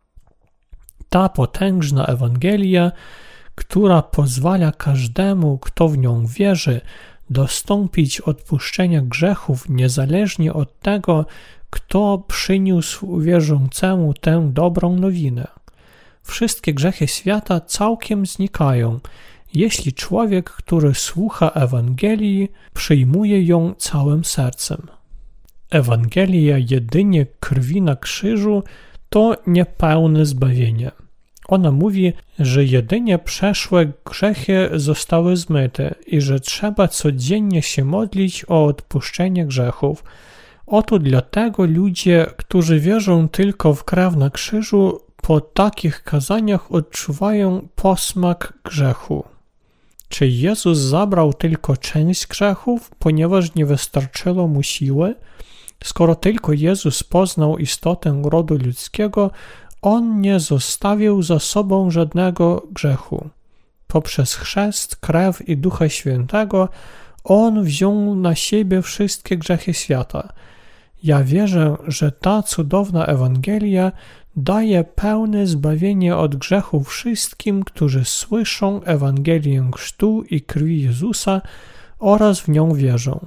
Ta potężna Ewangelia, która pozwala każdemu, kto w nią wierzy, dostąpić odpuszczenia grzechów niezależnie od tego, kto przyniósł wierzącemu tę dobrą nowinę. Wszystkie grzechy świata całkiem znikają, jeśli człowiek, który słucha Ewangelii, przyjmuje ją całym sercem. Ewangelia jedynie krwi na krzyżu to niepełne zbawienie. Ona mówi, że jedynie przeszłe grzechy zostały zmyte i że trzeba codziennie się modlić o odpuszczenie grzechów. Oto dlatego ludzie, którzy wierzą tylko w krew na krzyżu, po takich kazaniach odczuwają posmak grzechu. Czy Jezus zabrał tylko część grzechów, ponieważ nie wystarczyło mu siły? Skoro tylko Jezus poznał istotę rodu ludzkiego, On nie zostawił za sobą żadnego grzechu. Poprzez chrzest, krew i Ducha Świętego On wziął na siebie wszystkie grzechy świata. Ja wierzę, że ta cudowna Ewangelia daje pełne zbawienie od grzechu wszystkim, którzy słyszą Ewangelię chrztu i krwi Jezusa oraz w nią wierzą.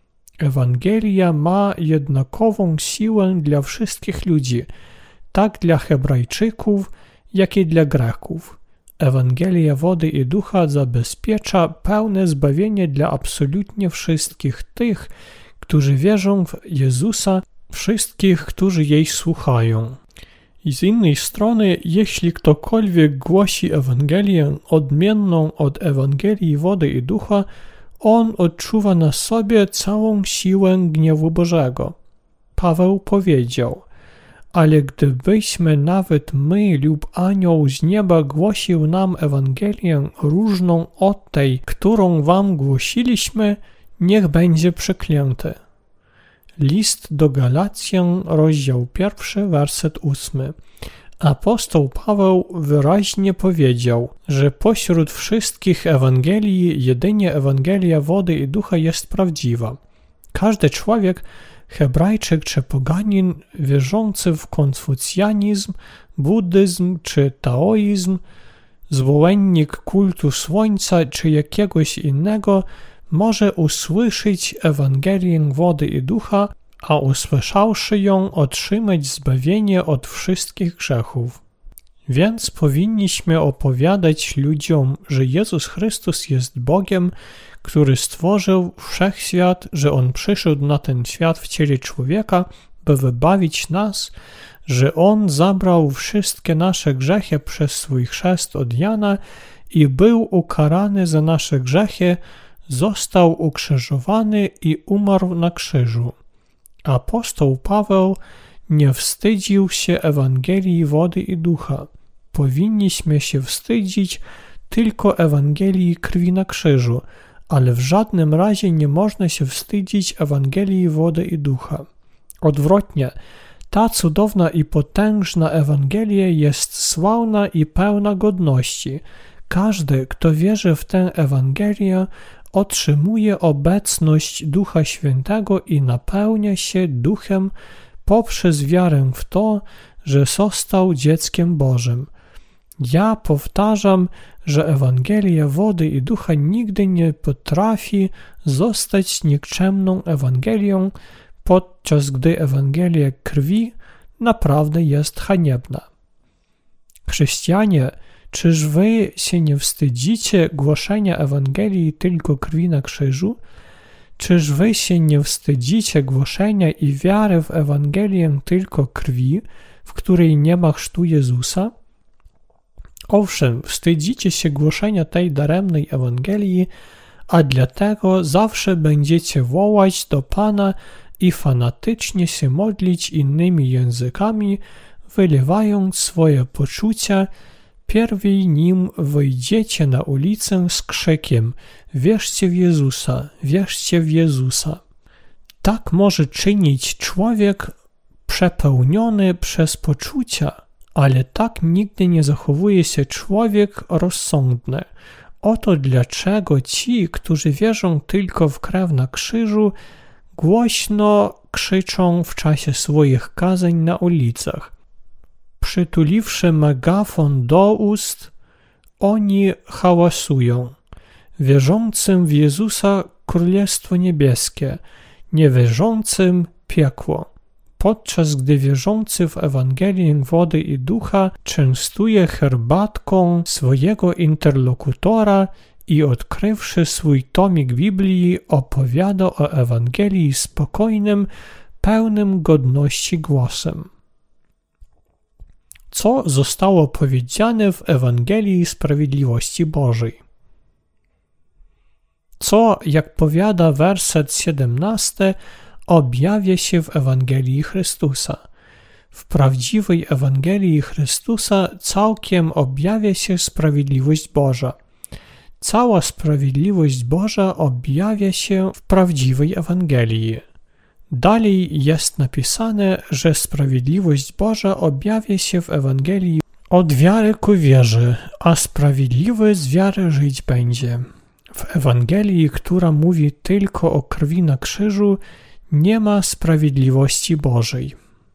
Ewangelia ma jednakową siłę dla wszystkich ludzi, tak dla Hebrajczyków, jak i dla Greków. Ewangelia wody i ducha zabezpiecza pełne zbawienie dla absolutnie wszystkich tych, którzy wierzą w Jezusa, wszystkich, którzy jej słuchają. I z innej strony, jeśli ktokolwiek głosi Ewangelię odmienną od Ewangelii wody i ducha, on odczuwa na sobie całą siłę gniewu Bożego. Paweł powiedział: ale gdybyśmy nawet my lub anioł z nieba głosił nam Ewangelię różną od tej, którą wam głosiliśmy, niech będzie przeklęty. List do Galacjan, rozdział 1, werset 8. Apostoł Paweł wyraźnie powiedział, że pośród wszystkich Ewangelii jedynie Ewangelia wody i ducha jest prawdziwa. Każdy człowiek, Hebrajczyk czy poganin wierzący w konfucjanizm, buddyzm czy taoizm, zwolennik kultu słońca czy jakiegoś innego, może usłyszeć Ewangelię wody i ducha, a usłyszawszy ją otrzymać zbawienie od wszystkich grzechów. Więc powinniśmy opowiadać ludziom, że Jezus Chrystus jest Bogiem, który stworzył wszechświat, że On przyszedł na ten świat w ciele człowieka, by wybawić nas, że On zabrał wszystkie nasze grzechy przez swój chrzest od Jana i był ukarany za nasze grzechy, został ukrzyżowany i umarł na krzyżu. Apostoł Paweł nie wstydził się Ewangelii wody i ducha. Powinniśmy się wstydzić tylko Ewangelii krwi na krzyżu, ale w żadnym razie nie można się wstydzić Ewangelii wody i ducha. Odwrotnie, ta cudowna i potężna Ewangelia jest sławna i pełna godności. Każdy, kto wierzy w tę Ewangelię, otrzymuje obecność Ducha Świętego i napełnia się Duchem poprzez wiarę w to, że został dzieckiem Bożym. Ja powtarzam, że Ewangelia wody i ducha nigdy nie potrafi zostać nikczemną Ewangelią, podczas gdy Ewangelia krwi naprawdę jest haniebna. Chrześcijanie, czyż wy się nie wstydzicie głoszenia Ewangelii tylko krwi na krzyżu? Czyż wy się nie wstydzicie głoszenia i wiary w Ewangelię tylko krwi, w której nie ma chrztu Jezusa? Owszem, wstydzicie się głoszenia tej daremnej Ewangelii, a dlatego zawsze będziecie wołać do Pana i fanatycznie się modlić innymi językami, wylewając swoje poczucia, pierwej nim wyjdziecie na ulicę z krzykiem: wierzcie w Jezusa, wierzcie w Jezusa. Tak może czynić człowiek przepełniony przez poczucia, ale tak nigdy nie zachowuje się człowiek rozsądny. Oto dlaczego ci, którzy wierzą tylko w krew na krzyżu, głośno krzyczą w czasie swoich kazań na ulicach. Przytuliwszy megafon do ust, oni hałasują: wierzącym w Jezusa Królestwo Niebieskie, niewierzącym piekło. Podczas gdy wierzący w Ewangelię wody i ducha częstuje herbatką swojego interlokutora i odkrywszy swój tomik Biblii opowiada o Ewangelii spokojnym, pełnym godności głosem. Co zostało powiedziane w Ewangelii Sprawiedliwości Bożej? Co, jak powiada werset 17, objawia się w Ewangelii Chrystusa. W prawdziwej Ewangelii Chrystusa całkiem objawia się sprawiedliwość Boża. Cała sprawiedliwość Boża objawia się w prawdziwej Ewangelii. Dalej jest napisane, że sprawiedliwość Boża objawia się w Ewangelii od wiary ku wierze, a sprawiedliwy z wiary żyć będzie. W Ewangelii, która mówi tylko o krwi na krzyżu, nie ma sprawiedliwości Bożej.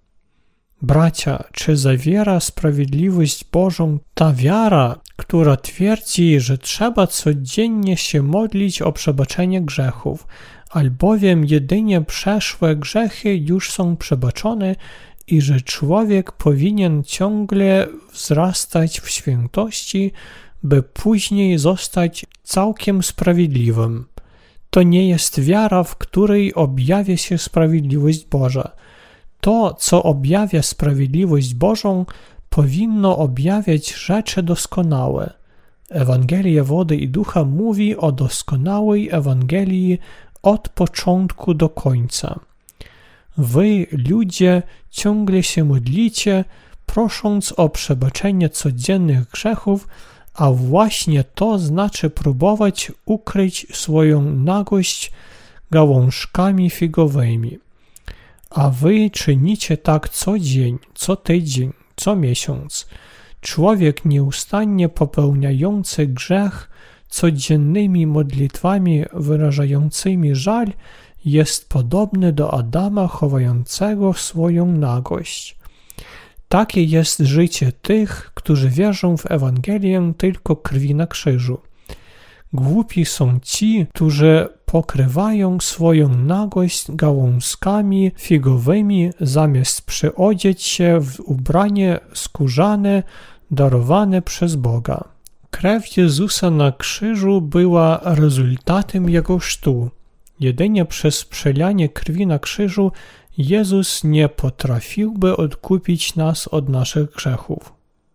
Bracia, czy zawiera sprawiedliwość Bożą ta wiara, która twierdzi, że trzeba codziennie się modlić o przebaczenie grzechów, albowiem jedynie przeszłe grzechy już są przebaczone i że człowiek powinien ciągle wzrastać w świętości, by później zostać całkiem sprawiedliwym? To nie jest wiara, w której objawia się sprawiedliwość Boża. To, co objawia sprawiedliwość Bożą, powinno objawiać rzeczy doskonałe. Ewangelia wody i ducha mówi o doskonałej Ewangelii od początku do końca. Wy, ludzie, ciągle się modlicie, prosząc o przebaczenie codziennych grzechów, a właśnie to znaczy próbować ukryć swoją nagość gałązkami figowymi. A wy czynicie tak co dzień, co tydzień, co miesiąc. Człowiek nieustannie popełniający grzech codziennymi modlitwami wyrażającymi żal jest podobny do Adama chowającego swoją nagość. Takie jest życie tych, którzy wierzą w Ewangelię tylko krwi na krzyżu. Głupi są ci, którzy pokrywają swoją nagość gałązkami figowymi, zamiast przyodzieć się w ubranie skórzane darowane przez Boga. Krew Jezusa na krzyżu była rezultatem Jego chrztu. Jedynie przez przelanie krwi na krzyżu Jezus nie potrafiłby odkupić nas od naszych grzechów.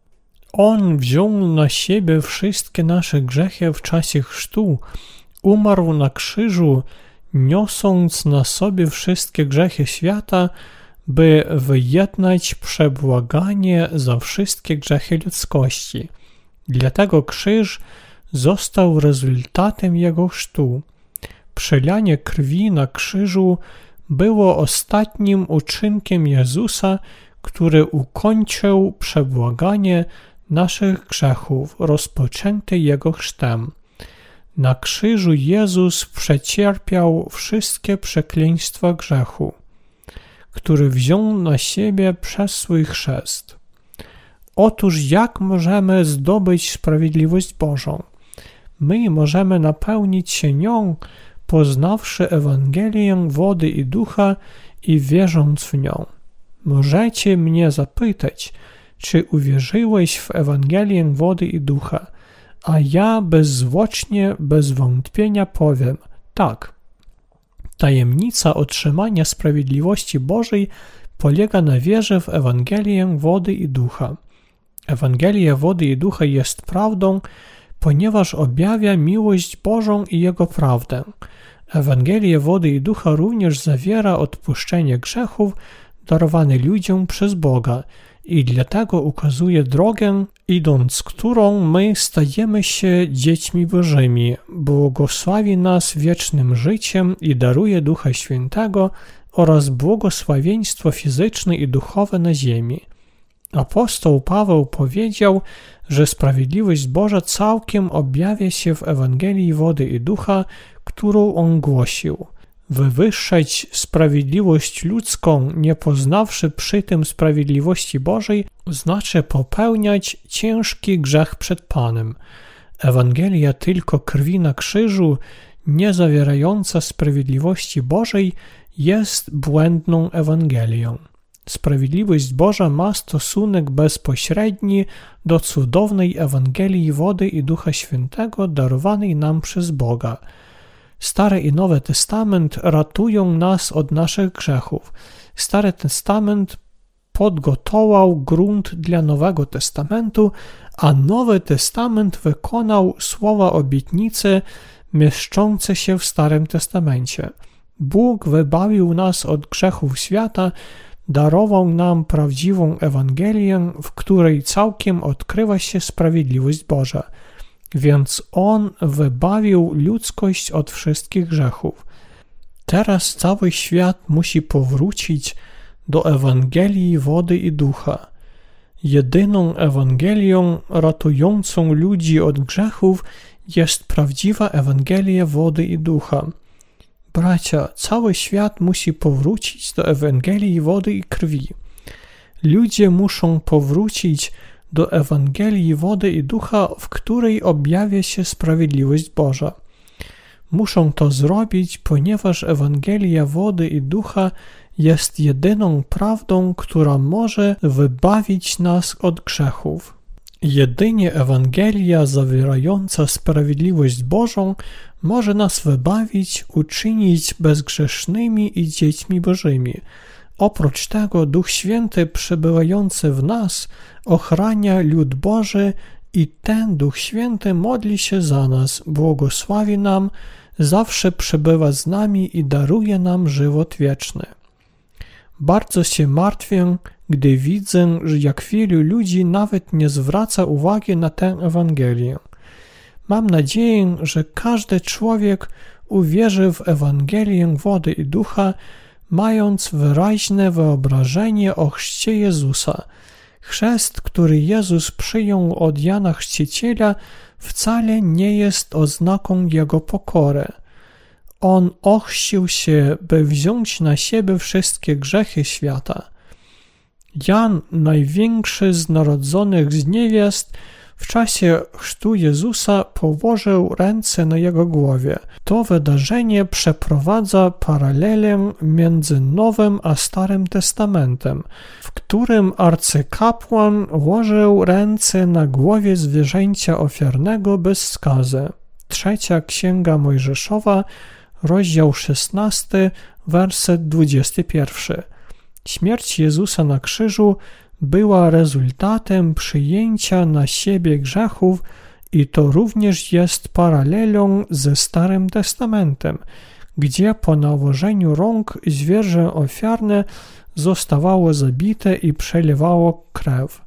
On wziął na siebie wszystkie nasze grzechy w czasie chrztu, umarł na krzyżu, niosąc na sobie wszystkie grzechy świata, by wyjednać przebłaganie za wszystkie grzechy ludzkości. Dlatego krzyż został rezultatem Jego chrztu. Przelanie krwi na krzyżu było ostatnim uczynkiem Jezusa, który ukończył przebłaganie naszych grzechów rozpoczęte Jego chrztem. Na krzyżu Jezus przecierpiał wszystkie przekleństwa grzechu, który wziął na siebie przez swój chrzest. Otóż jak możemy zdobyć sprawiedliwość Bożą? My możemy napełnić się nią, poznawszy Ewangelię wody i ducha i wierząc w nią. Możecie mnie zapytać, czy uwierzyłeś w Ewangelię wody i ducha, a ja bezzwłocznie, bez wątpienia powiem: tak. Tajemnica otrzymania sprawiedliwości Bożej polega na wierze w Ewangelię wody i ducha. Ewangelia wody i ducha jest prawdą, ponieważ objawia miłość Bożą i Jego prawdę. Ewangelia wody i ducha również zawiera odpuszczenie grzechów darowane ludziom przez Boga i dlatego ukazuje drogę, idąc którą my stajemy się dziećmi Bożymi, błogosławi nas wiecznym życiem i daruje Ducha Świętego oraz błogosławieństwo fizyczne i duchowe na ziemi. Apostoł Paweł powiedział, że sprawiedliwość Boża całkiem objawia się w Ewangelii wody i ducha, którą on głosił. Wywyższać sprawiedliwość ludzką, nie poznawszy przy tym sprawiedliwości Bożej, znaczy popełniać ciężki grzech przed Panem. Ewangelia tylko krwi na krzyżu, nie zawierająca sprawiedliwości Bożej, jest błędną Ewangelią. Sprawiedliwość Boża ma stosunek bezpośredni do cudownej Ewangelii wody i Ducha Świętego darowanej nam przez Boga. Stary i Nowy Testament ratują nas od naszych grzechów. Stary Testament podgotował grunt dla Nowego Testamentu, a Nowy Testament wykonał słowa obietnicy mieszczące się w Starym Testamencie. Bóg wybawił nas od grzechów świata, darował nam prawdziwą Ewangelię, w której całkiem odkrywa się sprawiedliwość Boża. Więc On wybawił ludzkość od wszystkich grzechów. Teraz cały świat musi powrócić do Ewangelii wody i ducha. Jedyną Ewangelią ratującą ludzi od grzechów jest prawdziwa Ewangelia wody i ducha. Bracia, cały świat musi powrócić do Ewangelii wody i krwi. Ludzie muszą powrócić do Ewangelii wody i ducha, w której objawia się sprawiedliwość Boża. Muszą to zrobić, ponieważ Ewangelia wody i ducha jest jedyną prawdą, która może wybawić nas od grzechów. Jedynie Ewangelia zawierająca sprawiedliwość Bożą może nas wybawić, uczynić bezgrzesznymi i dziećmi Bożymi. Oprócz tego Duch Święty przebywający w nas ochrania lud Boży i ten Duch Święty modli się za nas, błogosławi nam, zawsze przebywa z nami i daruje nam żywot wieczny. Bardzo się martwię, gdy widzę, że jak wielu ludzi nawet nie zwraca uwagi na tę Ewangelię. Mam nadzieję, że każdy człowiek uwierzy w Ewangelię wody i ducha, mając wyraźne wyobrażenie o chrzcie Jezusa. Chrzest, który Jezus przyjął od Jana Chrzciciela, wcale nie jest oznaką Jego pokory. On ochrzcił się, by wziąć na siebie wszystkie grzechy świata. Jan, największy z narodzonych z niewiast, w czasie chrztu Jezusa położył ręce na jego głowie. To wydarzenie przeprowadza paralelę między Nowym a Starym Testamentem, w którym arcykapłan łożył ręce na głowie zwierzęcia ofiarnego bez skazy. Trzecia Księga Mojżeszowa, rozdział 16, werset 21. Śmierć Jezusa na krzyżu była rezultatem przyjęcia na siebie grzechów i to również jest paralelą ze Starym Testamentem, gdzie po nałożeniu rąk zwierzę ofiarne zostawało zabite i przelewało krew.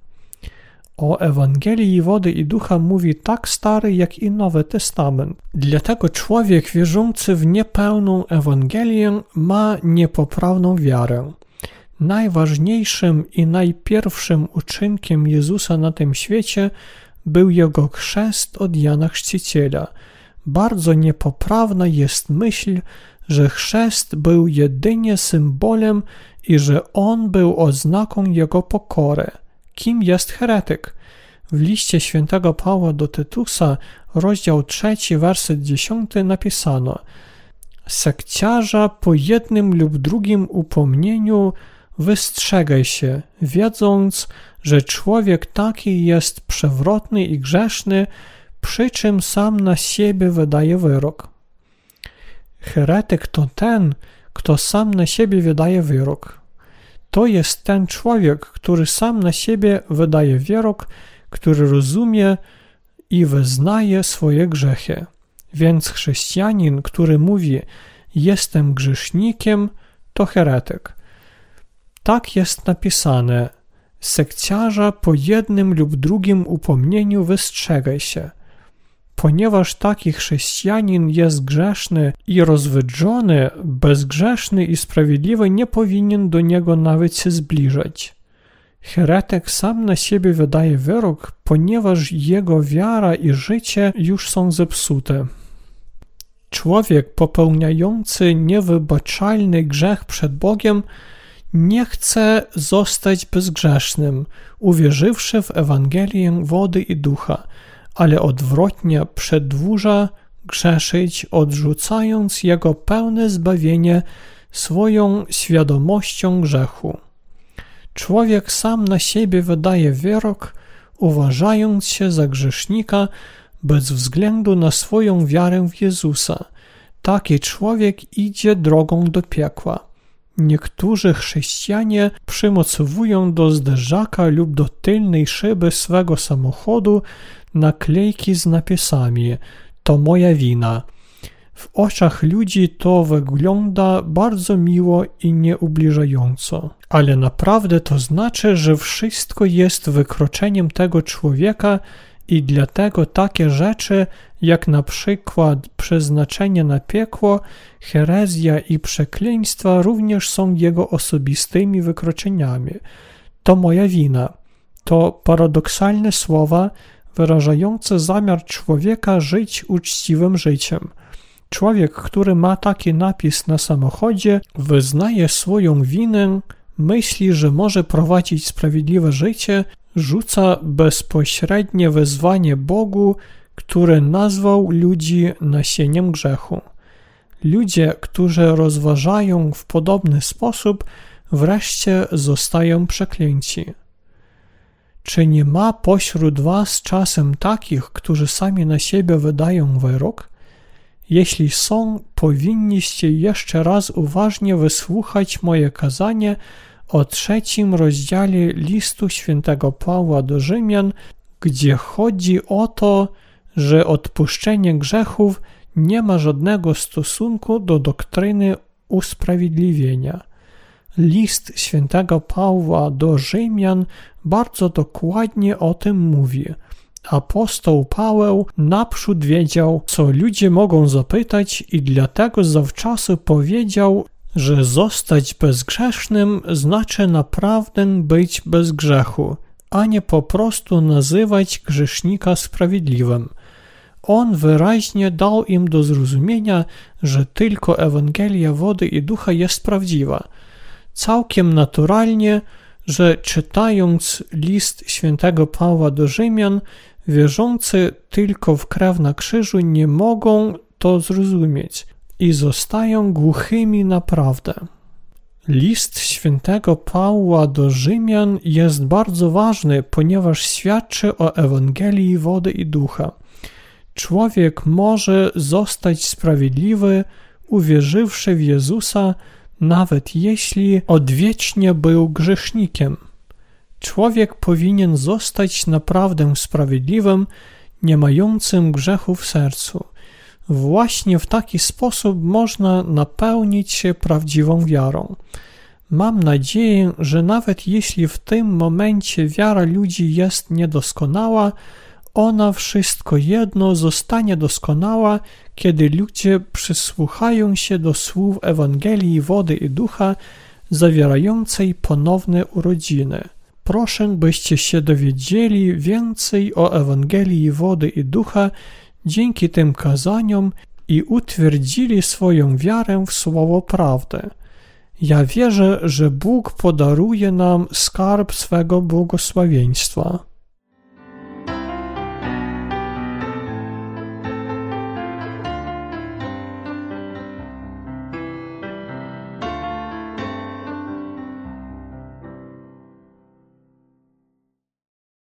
O Ewangelii wody i ducha mówi tak Stary, jak i Nowy Testament. Dlatego człowiek wierzący w niepełną Ewangelię ma niepoprawną wiarę. Najważniejszym i najpierwszym uczynkiem Jezusa na tym świecie był Jego chrzest od Jana Chrzciciela. Bardzo niepoprawna jest myśl, że chrzest był jedynie symbolem i że on był oznaką Jego pokory. Kim jest heretyk? W liście świętego Pawła do Tytusa, rozdział 3, werset 10 napisano: sekciarza po jednym lub drugim upomnieniu wystrzegaj się, wiedząc, że człowiek taki jest przewrotny i grzeszny, przy czym sam na siebie wydaje wyrok. Heretyk to ten, kto sam na siebie wydaje wyrok. To jest ten człowiek, który sam na siebie wydaje wyrok, który rozumie i wyznaje swoje grzechy. Więc chrześcijanin, który mówi: jestem grzesznikiem, to heretyk. Tak jest napisane: Sekciarza po jednym lub drugim upomnieniu wystrzegaj się. Ponieważ taki chrześcijanin jest grzeszny i rozwydrzony, bezgrzeszny i sprawiedliwy nie powinien do niego nawet się zbliżać. Heretyk sam na siebie wydaje wyrok, ponieważ jego wiara i życie już są zepsute. Człowiek popełniający niewybaczalny grzech przed Bogiem nie chce zostać bezgrzesznym, uwierzywszy w Ewangelię wody i ducha, ale odwrotnie przedłuża grzeszyć, odrzucając jego pełne zbawienie swoją świadomością grzechu. Człowiek sam na siebie wydaje wyrok, uważając się za grzesznika bez względu na swoją wiarę w Jezusa. Taki człowiek idzie drogą do piekła. Niektórzy chrześcijanie przymocowują do zderzaka lub do tylnej szyby swego samochodu naklejki z napisami „To moja wina”. W oczach ludzi to wygląda bardzo miło i nieubliżająco, ale naprawdę to znaczy, że wszystko jest wykroczeniem tego człowieka i dlatego takie rzeczy jak na przykład przeznaczenie na piekło, herezja i przekleństwa również są jego osobistymi wykroczeniami. To moja wina. To paradoksalne słowa wyrażające zamiar człowieka żyć uczciwym życiem. Człowiek, który ma taki napis na samochodzie, wyznaje swoją winę, myśli, że może prowadzić sprawiedliwe życie, rzuca bezpośrednie wezwanie Bogu, który nazwał ludzi nasieniem grzechu. Ludzie, którzy rozważają w podobny sposób, wreszcie zostają przeklęci. Czy nie ma pośród was czasem takich, którzy sami na siebie wydają wyrok? Jeśli są, powinniście jeszcze raz uważnie wysłuchać moje kazanie o 3 rozdziale listu świętego Pawła do Rzymian, gdzie chodzi o to, że odpuszczenie grzechów nie ma żadnego stosunku do doktryny usprawiedliwienia. List świętego Pawła do Rzymian bardzo dokładnie o tym mówi. Apostoł Paweł naprzód wiedział, co ludzie mogą zapytać i dlatego zawczasu powiedział, że zostać bezgrzesznym znaczy naprawdę być bez grzechu, a nie po prostu nazywać grzesznika sprawiedliwym. On wyraźnie dał im do zrozumienia, że tylko Ewangelia wody i ducha jest prawdziwa. Całkiem naturalnie, że czytając list świętego Pawła do Rzymian, wierzący tylko w krew na krzyżu nie mogą to zrozumieć i zostają głuchymi na prawdę. List świętego Pawła do Rzymian jest bardzo ważny, ponieważ świadczy o Ewangelii wody i ducha. Człowiek może zostać sprawiedliwy, uwierzywszy w Jezusa, nawet jeśli odwiecznie był grzesznikiem. Człowiek powinien zostać naprawdę sprawiedliwym, nie mającym grzechu w sercu. Właśnie w taki sposób można napełnić się prawdziwą wiarą. Mam nadzieję, że nawet jeśli w tym momencie wiara ludzi jest niedoskonała, ona wszystko jedno zostanie doskonała, kiedy ludzie przysłuchają się do słów Ewangelii wody i ducha zawierającej ponowne urodziny. Proszę, byście się dowiedzieli więcej o Ewangelii wody i ducha dzięki tym kazaniom i utwierdzili swoją wiarę w słowo prawdy. Ja wierzę, że Bóg podaruje nam skarb swego błogosławieństwa.